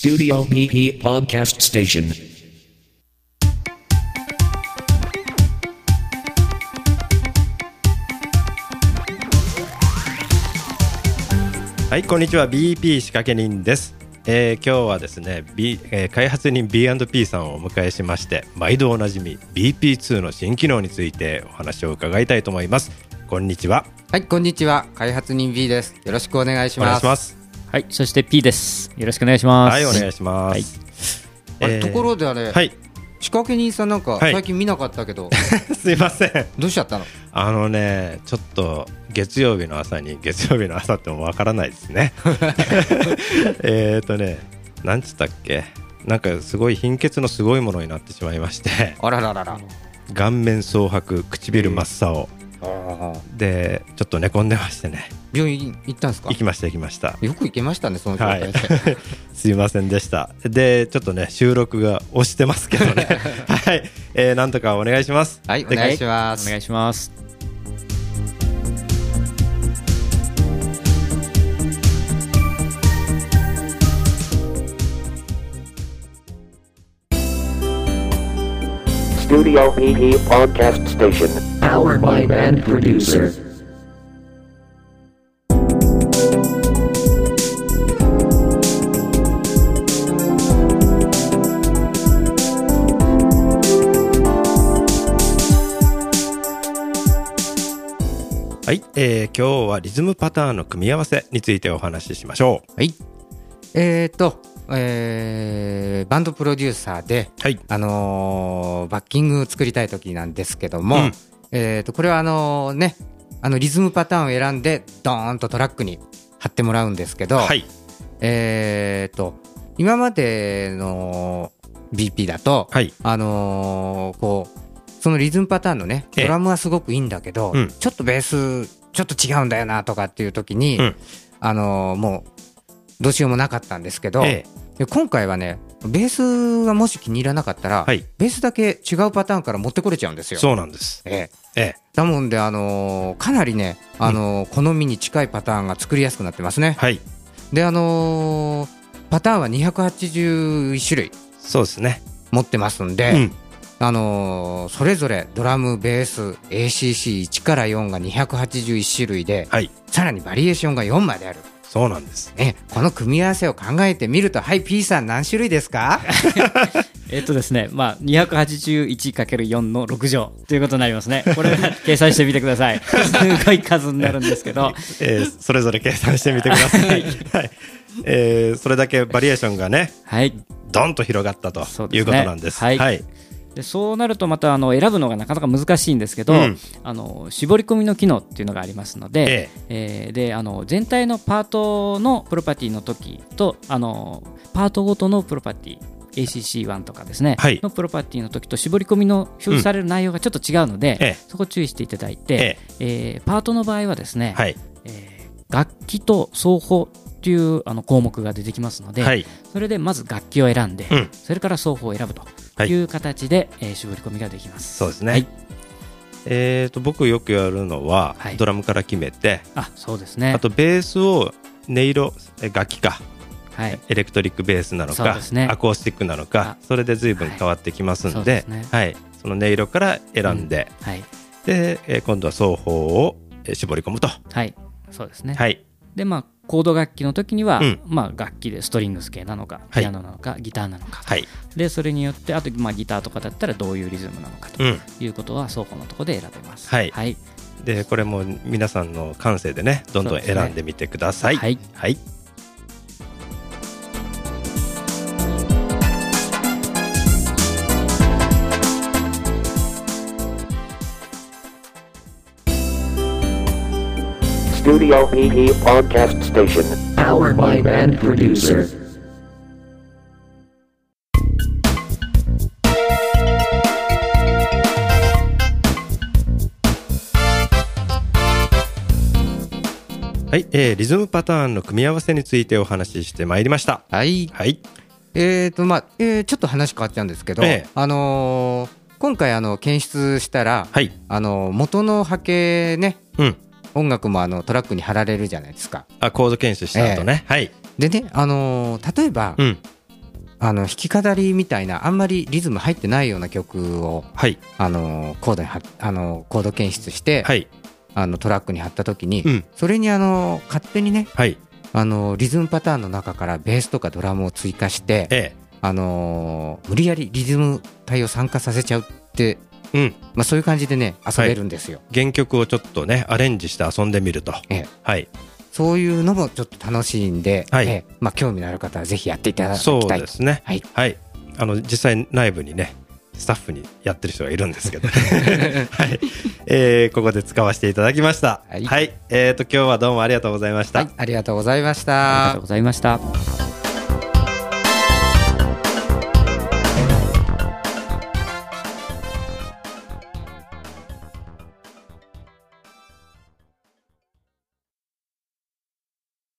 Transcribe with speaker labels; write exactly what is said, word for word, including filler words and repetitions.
Speaker 1: Studio ピーピー Podcast Station。
Speaker 2: はい、こんにちは。 ビーピー 仕掛け人です。えー、今日はですね、B えー、開発人 ビーアンドピー さんをお迎えしまして、毎度おなじみ ビーピーツー の新機能についてお話を伺いたいと思います。こんにちは。
Speaker 3: はい、こんにちは。開発人 B です。よろしくお願いします。
Speaker 2: お願いします。
Speaker 4: はい、そして P です。よろしくお願いします。
Speaker 2: はい、お願いします。はい、
Speaker 3: あれ、えー、ところであれ、はい、仕掛け人さんなんか最近見なかったけど、
Speaker 2: はい、すいません。
Speaker 3: どうしちゃったの？
Speaker 2: あのね、ちょっと月曜日の朝に月曜日の朝ってもわからないですね。えっとね、なんつったっけ、なんかすごい貧血のすごいものになってしまいまして、
Speaker 3: あらららら、
Speaker 2: 顔面蒼白、唇真っ青、えー、でちょっと寝込んでましてね。
Speaker 3: 病院行ったんですか？
Speaker 2: 行きました行きました。
Speaker 3: よく行けましたね、その状態で、はい、
Speaker 2: すいませんでした。でちょっとね、収録が押してますけどね。はい、えー、なんとかお願いします。
Speaker 3: はい、お願いします。
Speaker 4: お願いします。
Speaker 1: Studio ピーピー Podcast Station Powered by Band Producer。
Speaker 2: はい、えー、今日はリズムパターンの組み合わせについてお話ししましょう。
Speaker 3: はい、えーとえー、バンドプロデューサーで、はい、あのー、バッキングを作りたい時なんですけども、うん、えーとこれはあのー、ね、あのリズムパターンを選んでドーンとトラックに貼ってもらうんですけど、はい、えーと今までの ビーピー だと、はい、あのー、こうそのリズムパターンのね、ドラムはすごくいいんだけど、うん、ちょっとベースちょっと違うんだよなとかっていう時に、うん、あのー、もうどうしようもなかったんですけど、ええ、で今回はね、ベースがもし気に入らなかったら、はい、ベースだけ違うパターンから持ってこれちゃうんですよ。
Speaker 2: そうなんです、
Speaker 3: ええええ、だもんで、あのー、かなりね、あのーうん、好みに近いパターンが作りやすくなってますね。はい、で、あのー、パターンはにひゃくはちじゅういち種類
Speaker 2: そうですね
Speaker 3: 持ってますんで、うん、あのー、それぞれドラム、ベース、エーシーシーいち からよんがにひゃくはちじゅういち種類で、はい、さらにバリエーションがよんまである。
Speaker 2: そうなんです、
Speaker 3: ね、この組み合わせを考えてみると、はい、 P さん何種類ですか？
Speaker 4: えっとですね、まあ、にひゃくはちじゅういちかけるよん のろく乗ということになりますね。これ計算してみてください。すごい数になるんですけど、
Speaker 2: えー、それぞれ計算してみてください。はい、えー、それだけバリエーションがね、はい、ドンと広がったということなんです。
Speaker 4: はい、はい、でそうなるとまたあの選ぶのがなかなか難しいんですけど、うん、あの絞り込みの機能っていうのがありますので、えええー、であの全体のパートのプロパティの時とあのパートごとのプロパティ エーシーシーワン とかですね、はい、のプロパティの時と絞り込みの表示される内容がちょっと違うので、うん、ええ、そこ注意していただいて、えええー、パートの場合はですね、はい、えー、楽器と奏法というあの項目が出てきますので、はい、それでまず楽器を選んで、うん、それから奏法を選ぶという形で、はい、えー、絞り込みができます。
Speaker 2: そうですね、はい、えー、と僕よくやるのは、はい、ドラムから決めて、
Speaker 4: あ、そうですね、
Speaker 2: あとベースを音色楽器か、はい、エレクトリックベースなのか、ね、アコースティックなのか、それで随分変わってきますので、はい、 そ, ね、はい、その音色から選んで、うん、はい、で、えー、今度は奏法を絞り込むと。
Speaker 4: はい、そうですね、
Speaker 2: はい、
Speaker 4: でまあコード楽器の時には、うん、まあ、楽器でストリングス系なのかピアノなのか、はい、ギターなのか、はい、でそれによってあと、まあ、ギターとかだったらどういうリズムなのかということは双方のところで選べます、
Speaker 2: はいはい、でこれも皆さんの感性でね、どんどん選んでみてください。はい、はい、
Speaker 1: Studio ピーピー Podcast Station Powered by Band Producer。
Speaker 2: はい、えー、リズムパターンの組み合わせについてお話ししてまいりました。
Speaker 3: はい、はい、えーとまあえー、ちょっと話変わっちゃうんですけど、えーあのー、今回あの検出したら、はい、あの元の波形ね、うん、音楽もあのトラックに貼られるじゃないですか。
Speaker 2: あ、コード検出した後ね、えー、はい。
Speaker 3: でね、あのー、例えば、うん、 あの弾き語りみたいなあんまりリズム入ってないような曲を、
Speaker 2: はい、
Speaker 3: あのコードにはあのコード検出して、
Speaker 2: はい、
Speaker 3: あのトラックに貼った時に、
Speaker 2: うん、
Speaker 3: それにあの勝手にね、
Speaker 2: はい、あ
Speaker 3: のリズムパターンの中からベースとかドラムを追加して、ええ、あの無理やりリズム体を参加させちゃうって、うんまあ、そういう感じでね遊べるんですよ、
Speaker 2: はい、原曲をちょっとねアレンジして遊んでみると、ええはい、
Speaker 3: そういうのもちょっと楽しいんで、はいええまあ、興味のある方はぜひやっていただきたい。
Speaker 2: そうですね、はいはい、あの実際内部にねスタッフにやってる人がいるんですけど、はいえー、ここで使わせていただきました。はい、はいえー、と今日はどうもありがとうございました。
Speaker 3: はい、ありがとうございました。
Speaker 4: ありがとうございました。